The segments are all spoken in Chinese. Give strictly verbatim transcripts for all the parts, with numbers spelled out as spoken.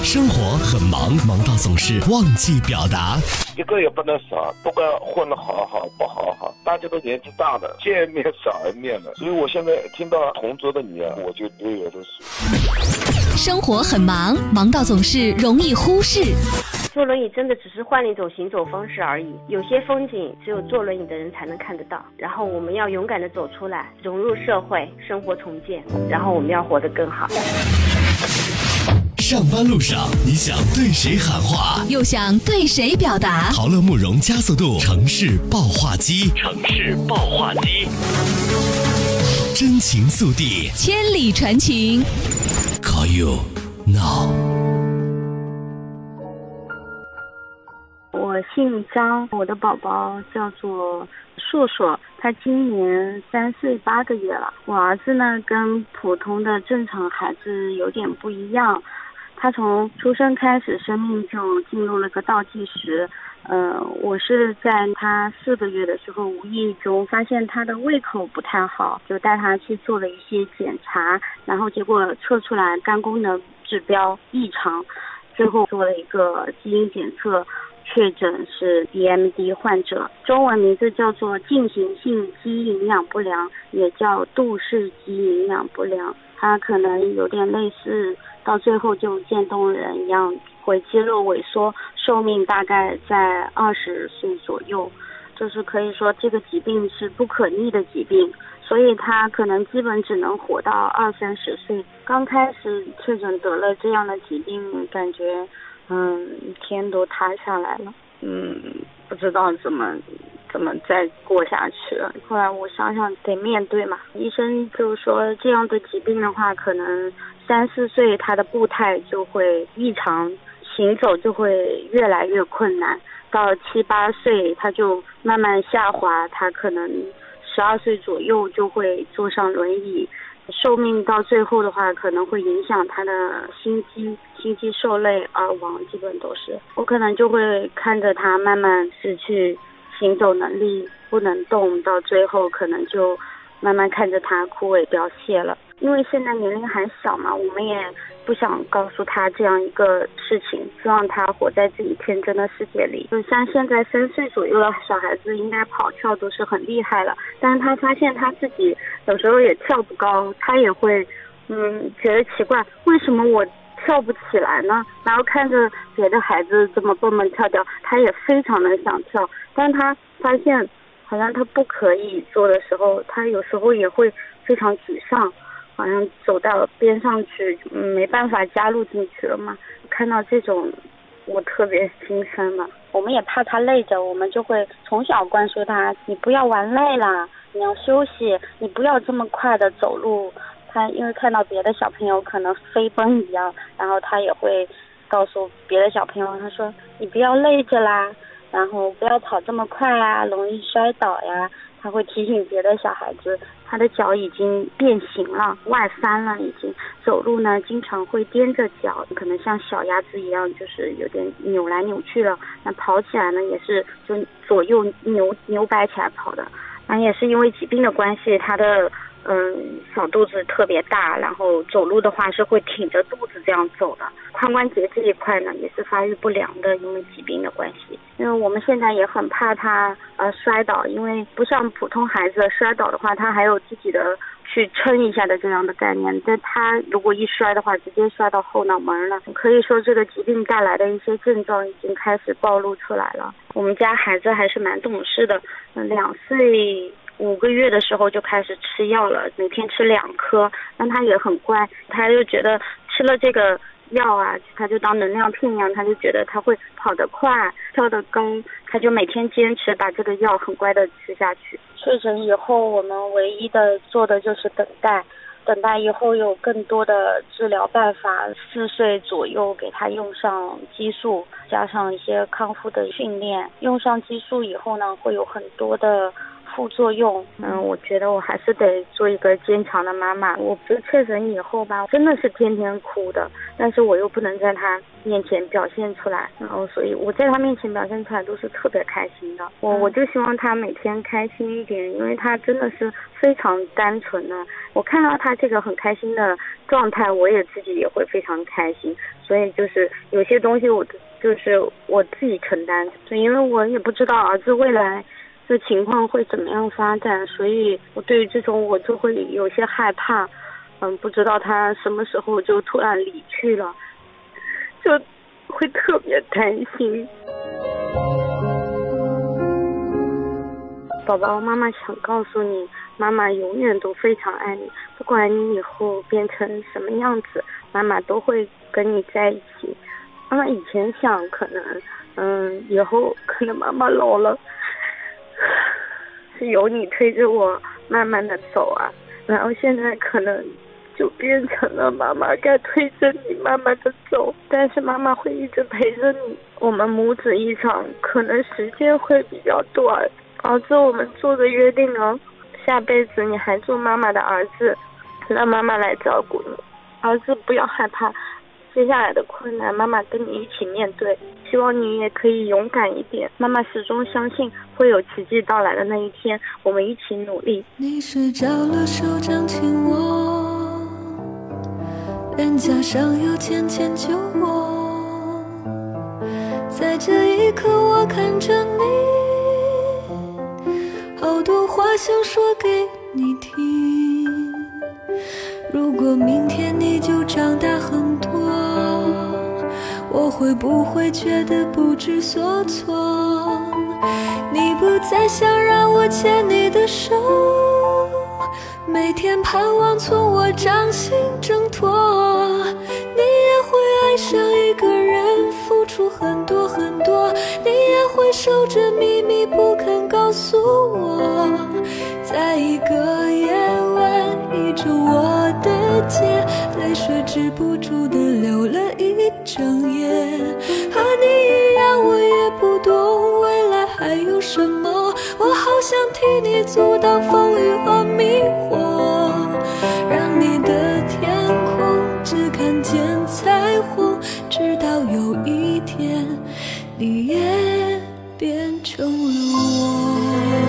生活很忙，忙到总是忘记表达。 一个也不能少，不管混得好好不好好，大家都年纪大了，见面少一面了。所以我现在听到同桌的你啊，我就流眼泪水。 生活很忙，忙到总是容易忽视。 坐轮椅真的只是换了一种行走方式而已，有些风景只有坐轮椅的人才能看得到。然后我们要勇敢地走出来，融入社会，生活重建，然后我们要活得更好。 上班路上，你想对谁喊话，又想对谁表达？陶乐慕容加速度城市爆话机，城市爆话机，真情速递，千里传情。Call you now。 我姓张，我的宝宝叫做硕硕，他今年三岁八个月了。我儿子呢，跟普通的正常孩子有点不一样，他从出生开始，生命就进入了个倒计时。呃，我是在他四个月的时候，无意中发现他的胃口不太好，就带他去做了一些检查，然后结果测出来肝功能指标异常，最后做了一个基因检测。确诊是 D M D 患者，中文名字叫做进行性肌营养不良，也叫杜氏肌营养不良。它可能有点类似到最后就渐冻人一样，会肌肉萎缩，寿命大概在二十岁左右。就是可以说这个疾病是不可逆的疾病，所以他可能基本只能活到二三十岁。刚开始确诊得了这样的疾病，感觉嗯，天都塌下来了，嗯，不知道怎么怎么再过下去了。后来我想想得面对嘛，医生就说这样的疾病的话，可能三四岁他的步态就会异常，行走就会越来越困难，到七八岁他就慢慢下滑，他可能十二岁左右就会坐上轮椅。寿命到最后的话，可能会影响他的心肌，心肌受累而亡，基本都是。我可能就会看着他慢慢失去行走能力，不能动，到最后可能就慢慢看着他枯萎凋谢了。因为现在年龄还小嘛，我们也不想告诉他这样一个事情，希望他活在自己天真的世界里。就像现在三岁左右的小孩子，应该跑跳都是很厉害了，但是他发现他自己有时候也跳不高，他也会嗯觉得奇怪，为什么我跳不起来呢？然后看着别的孩子这么蹦蹦跳跳，他也非常的想跳，但他发现好像他不可以做的时候，他有时候也会非常沮丧，好像走到边上去，嗯，没办法加入进去了嘛。看到这种，我特别心酸嘛。我们也怕他累着，我们就会从小灌输他：你不要玩累了，你要休息，你不要这么快的走路。他因为看到别的小朋友可能飞奔一样，然后他也会告诉别的小朋友，他说：你不要累着啦，然后不要跑这么快啊，容易摔倒呀。他会提醒别的小孩子，他的脚已经变形了，外翻了，已经走路呢经常会踮着脚，可能像小鸭子一样，就是有点扭来扭去了。那跑起来呢也是就左右扭扭摆起来跑的。那也是因为疾病的关系，他的嗯小肚子特别大，然后走路的话是会挺着肚子这样走的。髋关节这一块呢也是发育不良的，因为疾病的关系。因为我们现在也很怕他呃摔倒，因为不像普通孩子摔倒的话，他还有自己的去撑一下的这样的概念，但他如果一摔的话，直接摔到后脑门了。可以说这个疾病带来的一些症状已经开始暴露出来了。我们家孩子还是蛮懂事的，两岁五个月的时候就开始吃药了，每天吃两颗，但他也很乖，他就觉得吃了这个药啊，他就当能量片一样，他就觉得他会跑得快，跳得高，他就每天坚持把这个药很乖的吃下去。确诊以后，我们唯一的做的就是等待，等待以后有更多的治疗办法。四岁左右给他用上激素，加上一些康复的训练。用上激素以后呢，会有很多的副作用。嗯，我觉得我还是得做一个坚强的妈妈。我不是确诊以后吧，真的是天天哭的，但是我又不能在他面前表现出来，然后所以我在他面前表现出来都是特别开心的。我我就希望他每天开心一点，因为他真的是非常单纯的。我看到他这个很开心的状态，我也自己也会非常开心。所以就是有些东西我就是我自己承担，因为我也不知道儿子未来的情况会怎么样发展，所以我对于这种我就会有些害怕，嗯，不知道他什么时候就突然离去了，就会特别担心。宝宝，妈妈想告诉你，妈妈永远都非常爱你，不管你以后变成什么样子，妈妈都会跟你在一起。妈妈以前想可能嗯以后可能妈妈老了是由你推着我慢慢的走啊，然后现在可能就变成了妈妈该推着你慢慢的走，但是妈妈会一直陪着你。我们母子一场可能时间会比较短，儿子，我们做个约定哦，下辈子你还做妈妈的儿子，让妈妈来照顾你。儿子不要害怕，接下来的困难妈妈跟你一起面对，希望你也可以勇敢一点，妈妈始终相信会有奇迹到来的那一天，我们一起努力。 你睡着了，手掌紧握，脸颊上有浅浅酒窝，在这一刻我看着你，好多话想说给你听。如果明天你就长大很多，我会不会觉得不知所措？你不再想让我牵你的手，每天盼望从我掌心挣脱。你也会爱上一个人，付出很多很多，你也会守着秘密不肯告诉我。在一个夜晚依着我的肩，泪水止不住的流了一整夜。和你一样，我也不懂未来还有什么，我好想替你阻挡风雨和迷惑，让你的天空只看见彩虹，直到有一天你也变成了我。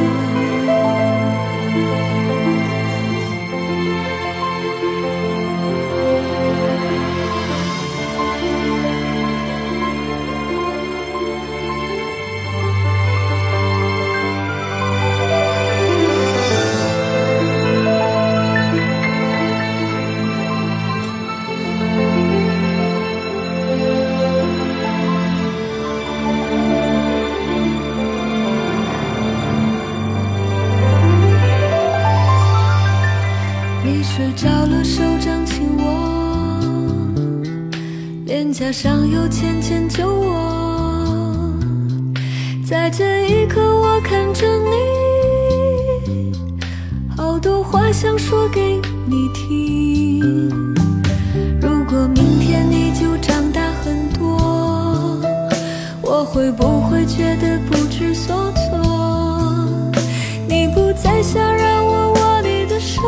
睡着了，手掌紧握，脸颊上有浅浅酒窝，在这一刻我看着你，好多话想说给你听。如果明天你就长大很多，我会不会觉得不知所措？你不再想让我握你的手，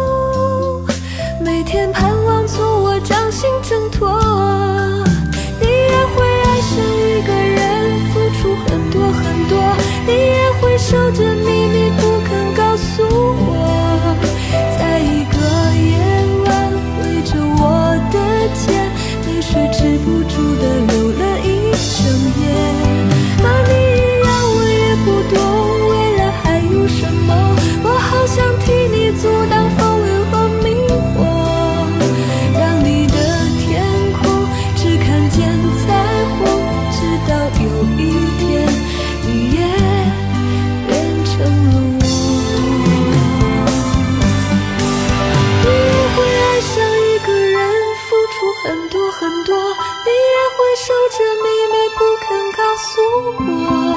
每天盼望从我掌心挣脱。你也会爱上一个人，付出很多很多，你也会守着秘密不肯告诉我。在一个夜晚围着我的肩，泪水止不住的流了一整夜。和你一样，我也不懂未来还有什么，我好想替你阻挡风雨和迷惑，让你的天空只看见彩虹，直到有一天你也变成了我。你也会爱上一个人，付出很多很多，你也会守着秘密不肯告诉我。